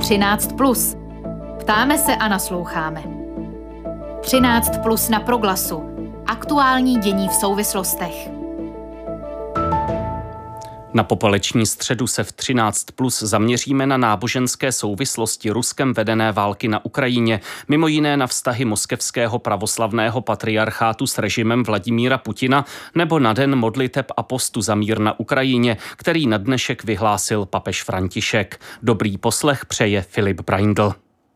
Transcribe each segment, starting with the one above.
13+. Ptáme se a nasloucháme. 13+ na Proglasu. Aktuální dění v souvislostech. Na popoleční středu se v 13+ zaměříme na náboženské souvislosti Ruskem vedené války na Ukrajině, mimo jiné na vztahy moskevského pravoslavného patriarchátu s režimem Vladimíra Putina nebo na den modliteb a postu za mír na Ukrajině, který na dnešek vyhlásil papež František. Dobrý poslech přeje Filip Braindl.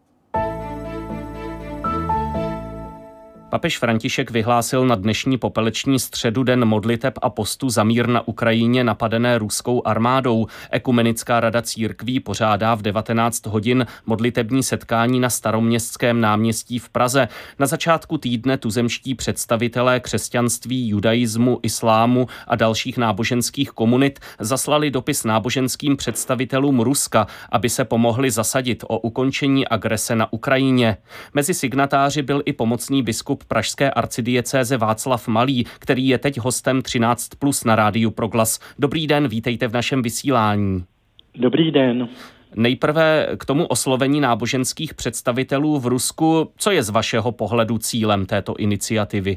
Papež František vyhlásil na dnešní popeleční středu den modliteb a postu za mír na Ukrajině napadené ruskou armádou. Ekumenická rada církví pořádá v 19 hodin modlitební setkání na Staroměstském náměstí v Praze. Na začátku týdne tuzemští představitelé křesťanství, judaismu, islámu a dalších náboženských komunit zaslali dopis náboženským představitelům Ruska, aby se pomohli zasadit o ukončení agrese na Ukrajině. Mezi signatáři byl i pomocný biskup pražské arcidiecéze Václav Malý, který je teď hostem 13+ na rádiu Proglas. Dobrý den, vítejte v našem vysílání. Dobrý den. Nejprve k tomu oslovení náboženských představitelů v Rusku. Co je z vašeho pohledu cílem této iniciativy?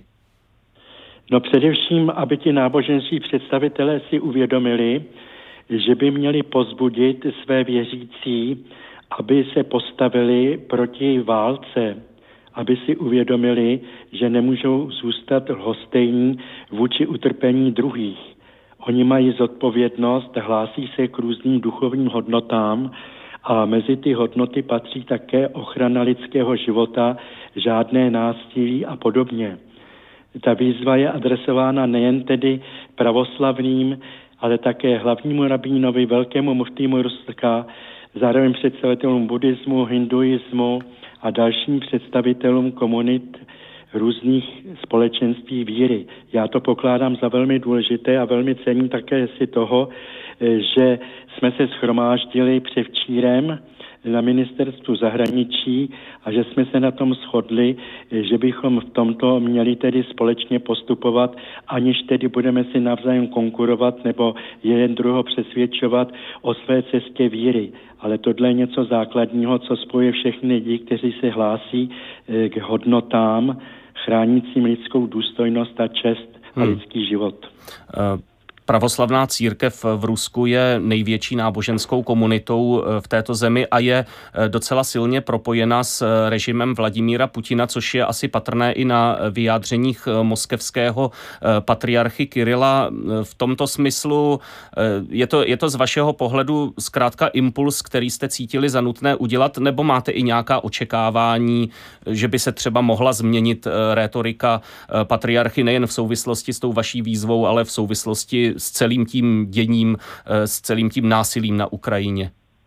No především, aby ti náboženští představitelé si uvědomili, že by měli povzbudit své věřící, aby se postavili proti válce, aby si uvědomili, že nemůžou zůstat lhostejní vůči utrpení druhých. Oni mají zodpovědnost, hlásí se k různým duchovním hodnotám a mezi ty hodnoty patří také ochrana lidského života, žádné násilí a podobně. Ta výzva je adresována nejen tedy pravoslavným, ale také hlavnímu rabínovi, velkému muftímu Ruska, zároveň představitelům buddhismu, hinduismu a dalším představitelům komunit různých společenství víry. Já to pokládám za velmi důležité a velmi cením také si toho, že jsme se shromáždili předevčírem na ministerstvu zahraničí a že jsme se na tom shodli, že bychom v tomto měli tedy společně postupovat, aniž tedy budeme si navzájem konkurovat nebo jeden druhého přesvědčovat o své cestě víry. Ale tohle je něco základního, co spojuje všechny lidi, kteří se hlásí k hodnotám chránícím lidskou důstojnost a čest a lidský život. Pravoslavná církev v Rusku je největší náboženskou komunitou v této zemi a je docela silně propojena s režimem Vladimíra Putina, což je asi patrné i na vyjádřeních moskevského patriarchy Kirila. V tomto smyslu je to z vašeho pohledu zkrátka impuls, který jste cítili za nutné udělat, nebo máte i nějaká očekávání, že by se třeba mohla změnit rétorika patriarchy nejen v souvislosti s tou vaší výzvou, ale v souvislosti s celým tím děním, s celým tím násilím na Ukrajině?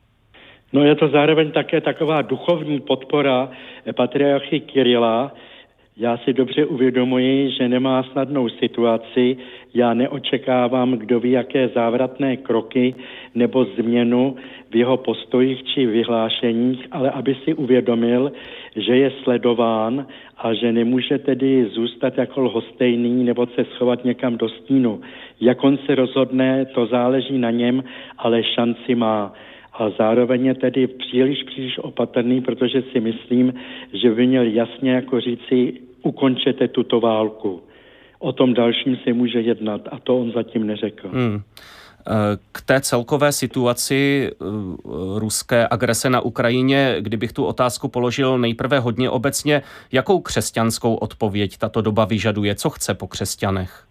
No je to zároveň také taková duchovní podpora patriarchy Kirila. Já si dobře uvědomuji, že nemá snadnou situaci. Já neočekávám, kdo ví, jaké závratné kroky nebo změnu v jeho postojích či vyhlášeních, ale aby si uvědomil, že je sledován a že nemůže tedy zůstat jako lhostejný nebo se schovat někam do stínu. Jak on se rozhodne, to záleží na něm, ale šanci má. A zároveň je tedy příliš opatrný, protože si myslím, že by měl jasně jako říci, ukončete tuto válku. O tom dalším se může jednat a to on zatím neřekl. K té celkové situaci ruské agrese na Ukrajině, kdybych tu otázku položil nejprve hodně obecně, jakou křesťanskou odpověď tato doba vyžaduje? Co chce po křesťanech?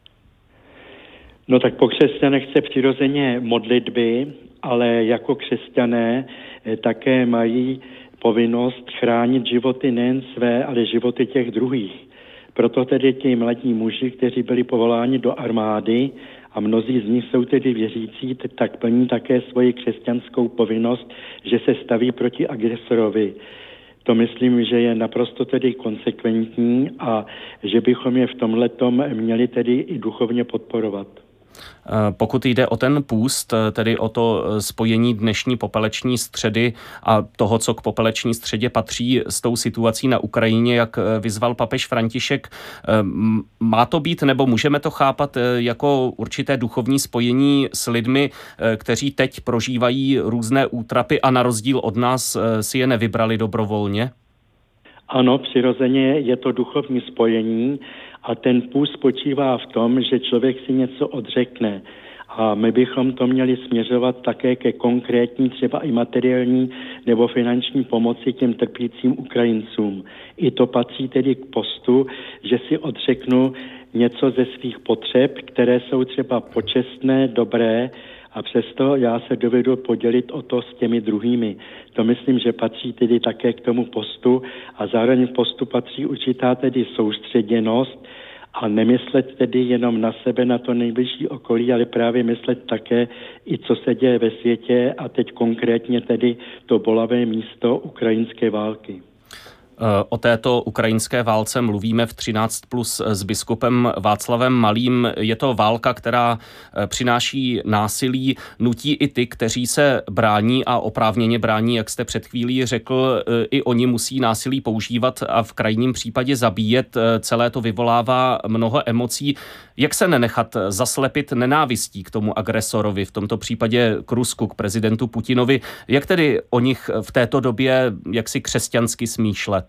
No tak po křesťanech chce přirozeně modlitby, ale jako křesťané také mají povinnost chránit životy nejen své, ale životy těch druhých. Proto tedy ti mladí muži, kteří byli povoláni do armády a mnozí z nich jsou tedy věřící, tak plní také svoji křesťanskou povinnost, že se staví proti agresorovi. To myslím, že je naprosto tedy konsekventní a že bychom je v tomhletom měli tedy i duchovně podporovat. Pokud jde o ten půst, tedy o to spojení dnešní popeleční středy a toho, co k popeleční středě patří s tou situací na Ukrajině, jak vyzval papež František, má to být, nebo můžeme to chápat jako určité duchovní spojení s lidmi, kteří teď prožívají různé útrapy a na rozdíl od nás si je nevybrali dobrovolně? Ano, přirozeně je to duchovní spojení a ten půst spočívá v tom, že člověk si něco odřekne. A my bychom to měli směřovat také ke konkrétní, třeba i materiální nebo finanční pomoci těm trpícím Ukrajincům. I to patří tedy k postu, že si odřeknu něco ze svých potřeb, které jsou třeba počestné, dobré, a přesto já se dovedu podělit o to s těmi druhými. To myslím, že patří tedy také k tomu postu a zároveň v postu patří určitá tedy soustředěnost a nemyslet tedy jenom na sebe, na to nejbližší okolí, ale právě myslet také i co se děje ve světě a teď konkrétně tedy to bolavé místo ukrajinské války. O této ukrajinské válce mluvíme v 13+ s biskupem Václavem Malým. Je to válka, která přináší násilí, nutí i ty, kteří se brání a oprávněně brání, jak jste před chvílí řekl, i oni musí násilí používat a v krajním případě zabíjet. Celé to vyvolává mnoho emocí. Jak se nenechat zaslepit nenávistí k tomu agresorovi, v tomto případě k Rusku, k prezidentu Putinovi? Jak tedy o nich v této době jaksi křesťansky smýšlet?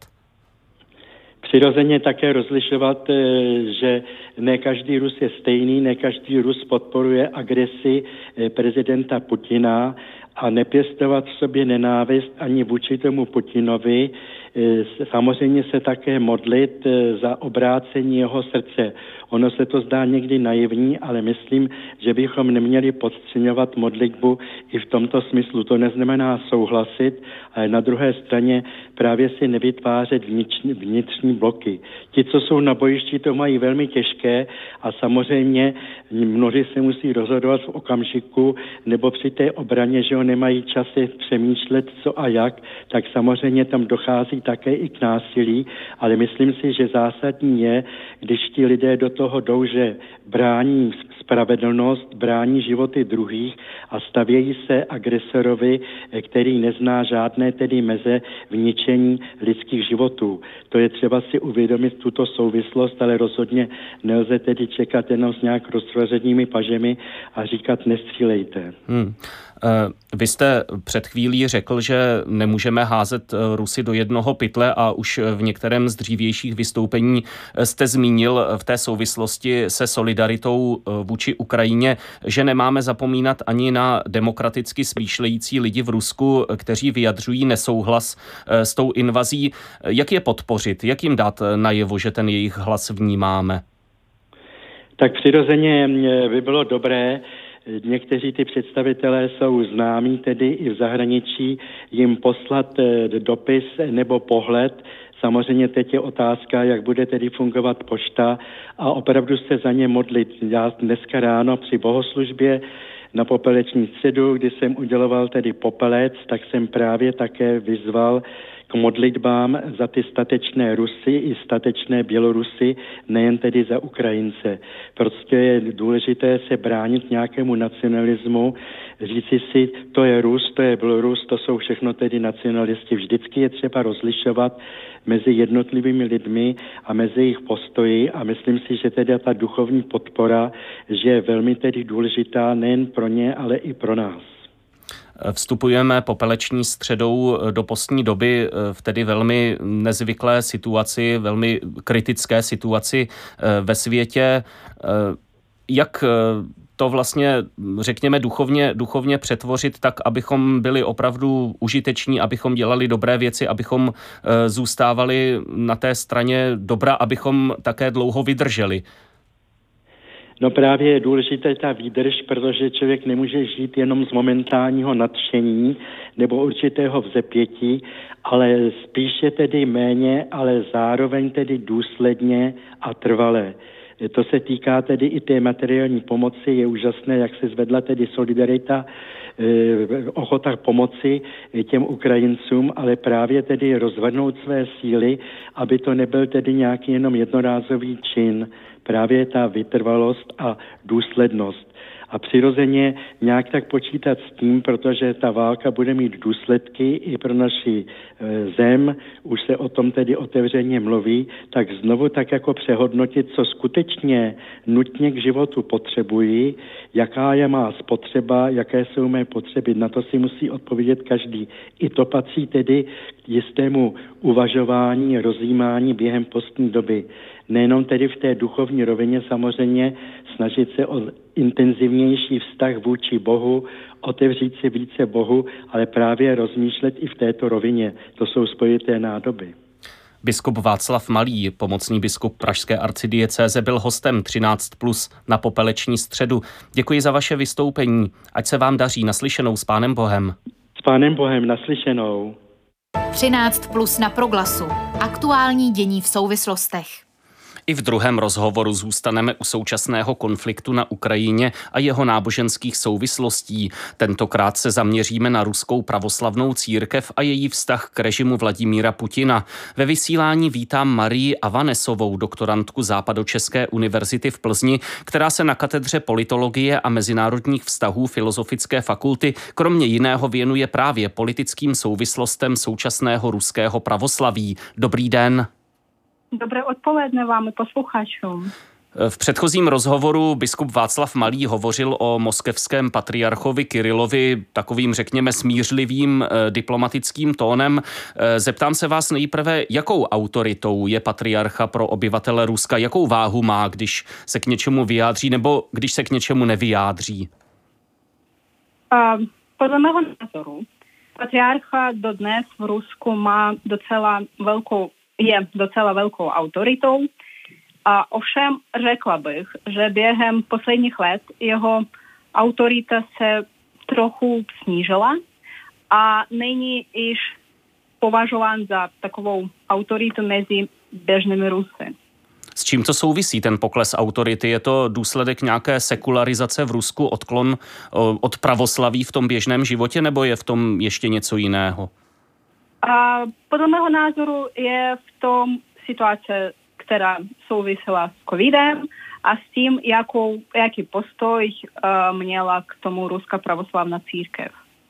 Přirozeně také rozlišovat, že ne každý Rus je stejný, ne každý Rus podporuje agresi prezidenta Putina a nepěstovat v sobě nenávist ani vůči tomu Putinovi, samozřejmě se také modlit za obrácení jeho srdce. Ono se to zdá někdy naivní, ale myslím, že bychom neměli podceňovat modlitbu i v tomto smyslu. To neznamená souhlasit, ale na druhé straně právě si nevytvářet vnitřní bloky. Ti, co jsou na bojišti, to mají velmi těžké a samozřejmě mnohdy se musí rozhodovat v okamžiku nebo při té obraně, že ho nemají časy přemýšlet co a jak, tak samozřejmě tam dochází také i k násilí, ale myslím si, že zásadní je, když ti lidé do toho jdou, že brání spravedlnost, brání životy druhých a stavějí se agresorovi, který nezná žádné tedy meze v ničení lidských životů. To je třeba si uvědomit tuto souvislost, ale rozhodně nelze tedy čekat jenom s nějak roztvořenými pažemi a říkat nestřílejte. Vy jste před chvílí řekl, že nemůžeme házet Rusy do jednoho pytle a už v některém z dřívějších vystoupení jste zmínil v té souvislosti se solidaritou vůči Ukrajině, že nemáme zapomínat ani na demokraticky smýšlející lidi v Rusku, kteří vyjadřují nesouhlas s tou invazí. Jak je podpořit? Jak jim dát najevo, že ten jejich hlas vnímáme? Tak přirozeně by bylo dobré, někteří ty představitelé jsou známí tedy i v zahraničí, jim poslat dopis nebo pohled. Samozřejmě teď je otázka, jak bude tedy fungovat pošta a opravdu se za ně modlit. Já dneska ráno při bohoslužbě na popeleční středu, kdy jsem uděloval tedy popelec, tak jsem právě také vyzval k modlitbám za ty statečné Rusy i statečné Bělorusy, nejen tedy za Ukrajince. Prostě je důležité se bránit nějakému nacionalismu, říci si, to je Rus, to je Bělorus, to jsou všechno tedy nacionalisti. Vždycky je třeba rozlišovat mezi jednotlivými lidmi a mezi jejich postoji a myslím si, že tedy ta duchovní podpora, že je velmi tedy důležitá nejen pro ně, ale i pro nás. Vstupujeme popeleční středou do postní doby v tedy velmi nezvyklé situaci, velmi kritické situaci ve světě. Jak to vlastně, řekněme, duchovně přetvořit tak, abychom byli opravdu užiteční, abychom dělali dobré věci, abychom zůstávali na té straně dobra, abychom také dlouho vydrželi? No právě je důležité ta výdrž, protože člověk nemůže žít jenom z momentálního nadšení nebo určitého vzepětí, ale spíše tedy méně, ale zároveň tedy důsledně a trvale. To se týká tedy i té materiální pomoci. Je úžasné, jak se zvedla tedy solidarita, ochota pomoci těm Ukrajincům, ale právě tedy rozvrhnout své síly, aby to nebyl tedy nějaký jenom jednorázový čin. Právě ta vytrvalost a důslednost. a přirozeně nějak tak počítat s tím, protože ta válka bude mít důsledky i pro naši zem, už se o tom tedy otevřeně mluví, tak znovu tak jako přehodnotit, co skutečně nutně k životu potřebuji, jaká je má spotřeba, jaké jsou mé potřeby, na to si musí odpovědět každý. I to patří tedy k jistému uvažování, rozjímání během postní doby. Nejenom tedy v té duchovní rovině samozřejmě snažit se o intenzivnější vztah vůči Bohu, otevřít se více Bohu, ale právě rozmýšlet i v této rovině. To jsou spojité nádoby. Biskup Václav Malý, pomocný biskup pražské arcidiecéze, byl hostem 13+ na Popeleční středu. Děkuji za vaše vystoupení. Ať se vám daří. Naslyšenou, s Pánem Bohem. S Pánem Bohem, naslyšenou. 13+ na Proglasu. Aktuální dění v souvislostech. I v druhém rozhovoru zůstaneme u současného konfliktu na Ukrajině a jeho náboženských souvislostí. Tentokrát se zaměříme na ruskou pravoslavnou církev a její vztah k režimu Vladimíra Putina. Ve vysílání vítám Marii Avanesovou, doktorantku Západočeské univerzity v Plzni, která se na katedře politologie a mezinárodních vztahů Filozofické fakulty kromě jiného věnuje právě politickým souvislostem současného ruského pravoslaví. Dobrý den. Dobré odpoledne vám i posluchačům. V předchozím rozhovoru biskup Václav Malý hovořil o moskevském patriarchovi Kyrilovi takovým, řekněme, smířlivým diplomatickým tónem. Zeptám se vás nejprve, jakou autoritou je patriarcha pro obyvatele Ruska, jakou váhu má, když se k něčemu vyjádří nebo když se k něčemu nevyjádří? Podle mého názoru patriarcha dodnes v Rusku má je docela velkou autoritou. A ovšem řekla bych, že během posledních let jeho autorita se trochu snížila a není již považován za takovou autoritu mezi běžnými Rusy. S čím to souvisí ten pokles autority? Je to důsledek nějaké sekularizace v Rusku, odklon od pravoslaví v tom běžném životě, nebo je v tom ještě něco jiného? Podle mého názoru je v tom situace, která souvisela s covidem a s tím, jaký postoj měla k tomu ruská pravoslavná církev.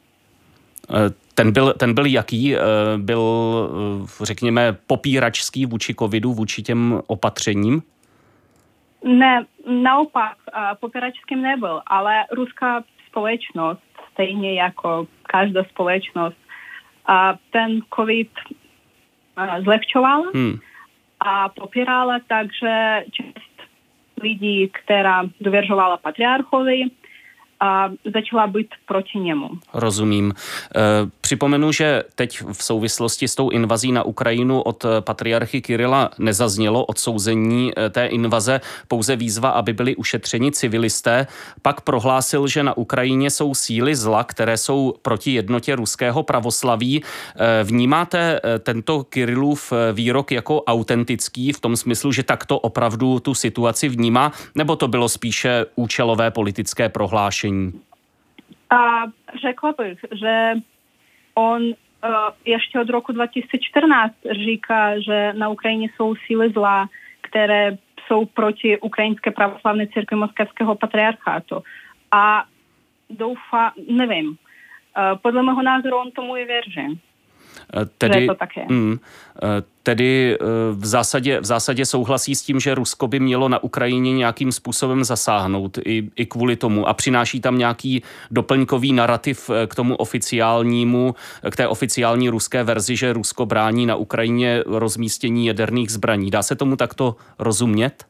Ten byl jaký? Byl, řekněme, popíračský vůči covidu, vůči těm opatřením? Ne, naopak, popíračským nebyl, ale ruská společnost, stejně jako každá společnost, ten covid zlehčovala a popírala, takže část lidí, která důvěřovala patriarchovi, začala být proti němu. Rozumím. Připomenu, že teď v souvislosti s tou invazí na Ukrajinu od patriarchy Kirila nezaznělo odsouzení té invaze, pouze výzva, aby byli ušetřeni civilisté. Pak prohlásil, že na Ukrajině jsou síly zla, které jsou proti jednotě ruského pravoslaví. Vnímáte tento Kirilův výrok jako autentický v tom smyslu, že takto opravdu tu situaci vnímá, nebo to bylo spíše účelové politické prohlášení? Řekla bych, že on ještě od roku 2014 říká, že na Ukrajině jsou síly zla, které jsou proti ukrajinské pravoslavné církvi moskevského patriarchátu. A nevím, podle mého názoru on tomu i věří. Tedy, to tak je. Tedy v zásadě souhlasí s tím, že Rusko by mělo na Ukrajině nějakým způsobem zasáhnout i kvůli tomu a přináší tam nějaký doplňkový narrativ k té oficiální ruské verzi, že Rusko brání na Ukrajině rozmístění jaderných zbraní. Dá se tomu takto rozumět?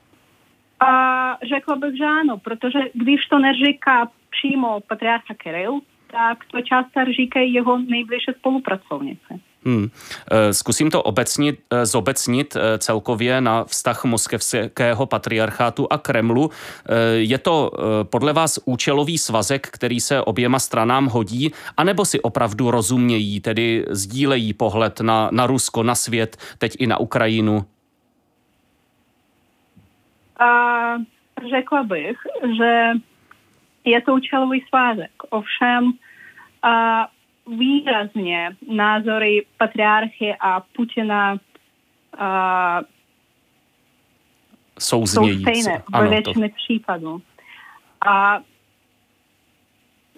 Řekla bych, že ano, protože když to neříká přímo patriarcha Kiril, tak to často říkají jeho nejbližší spolupracovníci. Zkusím to zobecnit celkově na vztah moskevského patriarchátu a Kremlu. Je to podle vás účelový svazek, který se oběma stranám hodí, anebo si opravdu rozumějí, tedy sdílejí pohled na Rusko, na svět, teď i na Ukrajinu? Řekla bych, že je to účelový svazek. Ovšem výrazně názory patriarchy a Putina jsou stejné ve většině případů. A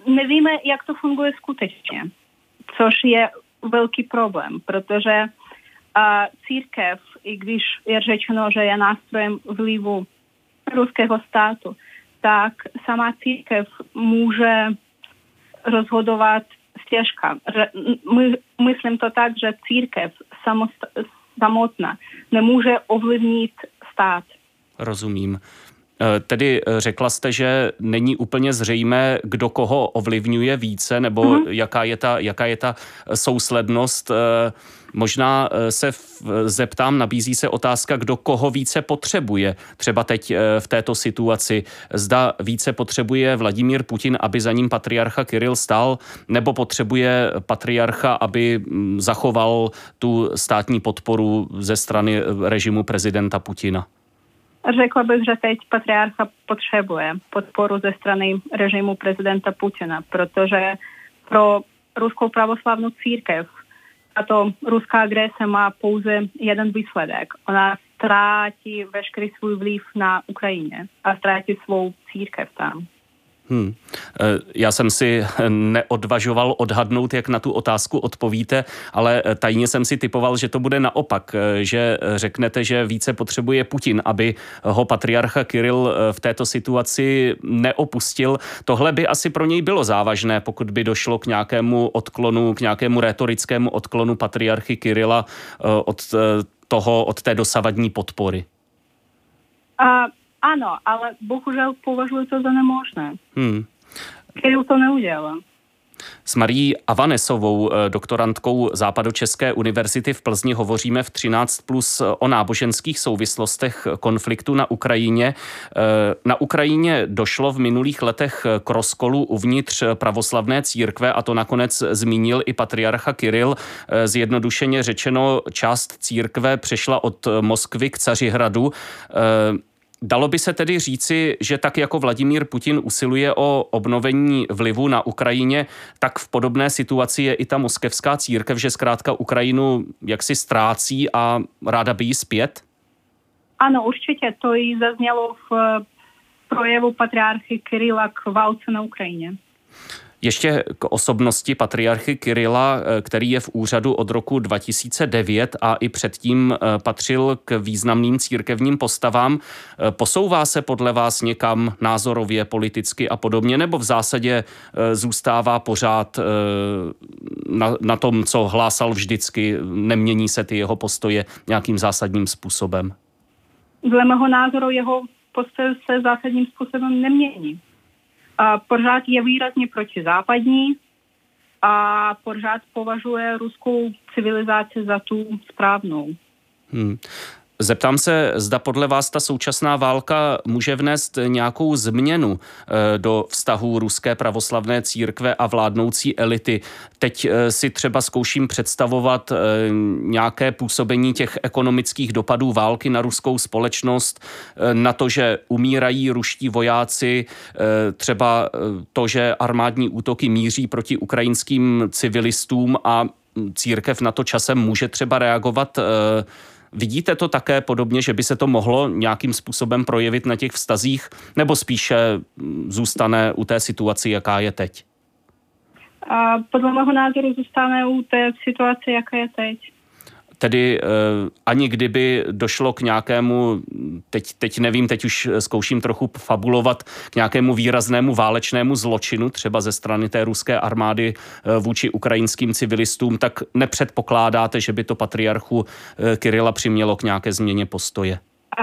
nevíme, jak to funguje skutečně, což je velký problém, protože církev, i když je řečeno, že je nástrojem vlivu ruského státu, tak sama církev může rozhodovat stěžka. Myslím to tak, že církev samotná nemůže ovlivnit stát. Rozumím. Tedy řekla jste, že není úplně zřejmé, kdo koho ovlivňuje více, nebo jaká je ta souslednost. Možná se zeptám, nabízí se otázka, kdo koho více potřebuje. Třeba teď v této situaci. Zda více potřebuje Vladimír Putin, aby za ním patriarcha Kiril stál, nebo potřebuje patriarcha, aby zachoval tu státní podporu ze strany režimu prezidenta Putina? Řekla bych, že teď patriarcha potřebuje podporu ze strany režimu prezidenta Putina, protože pro ruskou pravoslavnou církev tato ruská agrese má pouze jeden výsledek. Ona ztratí veškerý svůj vliv na Ukrajině a ztratí svou církev tam. Já jsem si neodvažoval odhadnout, jak na tu otázku odpovíte, ale tajně jsem si typoval, že to bude naopak, že řeknete, že více potřebuje Putin, aby ho patriarcha Kiril v této situaci neopustil. Tohle by asi pro něj bylo závažné, pokud by došlo k nějakému odklonu, k nějakému rétorickému odklonu patriarchy Kirila od té dosavadní podpory. Ano, ale bohužel považuji to za nemožné. Kiril to neudělal. S Marií Avanesovou, doktorantkou Západočeské univerzity v Plzni, hovoříme v 13+ o náboženských souvislostech konfliktu na Ukrajině. Na Ukrajině došlo v minulých letech k rozkolu uvnitř pravoslavné církve a to nakonec zmínil i patriarcha Kiril. Zjednodušeně řečeno, část církve přešla od Moskvy k Cařihradu. Dalo by se tedy říci, že tak jako Vladimír Putin usiluje o obnovení vlivu na Ukrajině, tak v podobné situaci je i ta moskevská církev, že zkrátka Ukrajinu jaksi ztrácí a ráda by jí zpět? Ano, určitě. To i zaznělo v projevu patriarchy Kirila k válce na Ukrajině. Ještě k osobnosti patriarchy Kirila, který je v úřadu od roku 2009 a i předtím patřil k významným církevním postavám. Posouvá se podle vás někam názorově, politicky a podobně, nebo v zásadě zůstává pořád na tom, co hlásal vždycky, nemění se ty jeho postoje nějakým zásadním způsobem? Dle mého názoru jeho postoj se zásadním způsobem nemění. Pořád je výrazně protizápadní a pořád považuje ruskou civilizaci za tu správnou. Zeptám se, zda podle vás ta současná válka může vnést nějakou změnu do vztahů ruské pravoslavné církve a vládnoucí elity. Teď si třeba zkouším představovat nějaké působení těch ekonomických dopadů války na ruskou společnost, na to, že umírají ruští vojáci, třeba to, že armádní útoky míří proti ukrajinským civilistům a církev na to časem může třeba reagovat. Vidíte to také podobně, že by se to mohlo nějakým způsobem projevit na těch vztazích, nebo spíše zůstane u té situace, jaká je teď? Podle mého názoru zůstane u té situace, jaká je teď. Tedy ani kdyby došlo k nějakému, teď nevím, teď už zkouším trochu fabulovat, k nějakému výraznému válečnému zločinu, třeba ze strany té ruské armády vůči ukrajinským civilistům, tak nepředpokládáte, že by to patriarchu Kirila přimělo k nějaké změně postoje?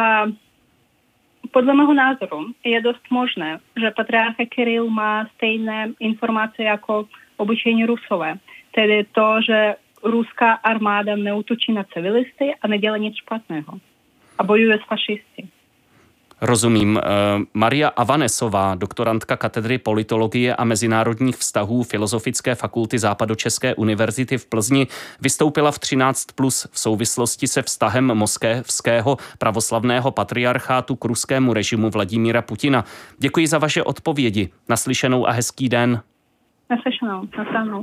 Podle mého názoru je dost možné, že patriarcha Kiril má stejné informace jako obyčejní Rusové. Tedy to, že ruská armáda neútočí na civilisty a nedělá nic špatného. A bojuje s fašisty. Rozumím. Maria Avanesová, doktorantka katedry politologie a mezinárodních vztahů Filozofické fakulty Západočeské univerzity v Plzni, vystoupila v 13+ v souvislosti se vztahem moskevského pravoslavného patriarchátu k ruskému režimu Vladimíra Putina. Děkuji za vaše odpovědi. Naslyšenou a hezký den. Naslyšenou. Naslyšenou.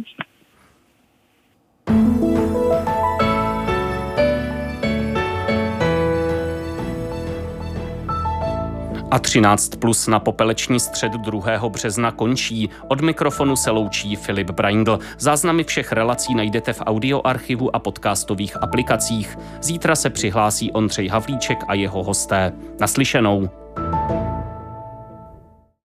A 13+ na popeleční středu 2. března končí. Od mikrofonu se loučí Filip Braindl. Záznamy všech relací najdete v audioarchivu a podcastových aplikacích. Zítra se přihlásí Ondřej Havlíček a jeho hosté. Naslyšenou.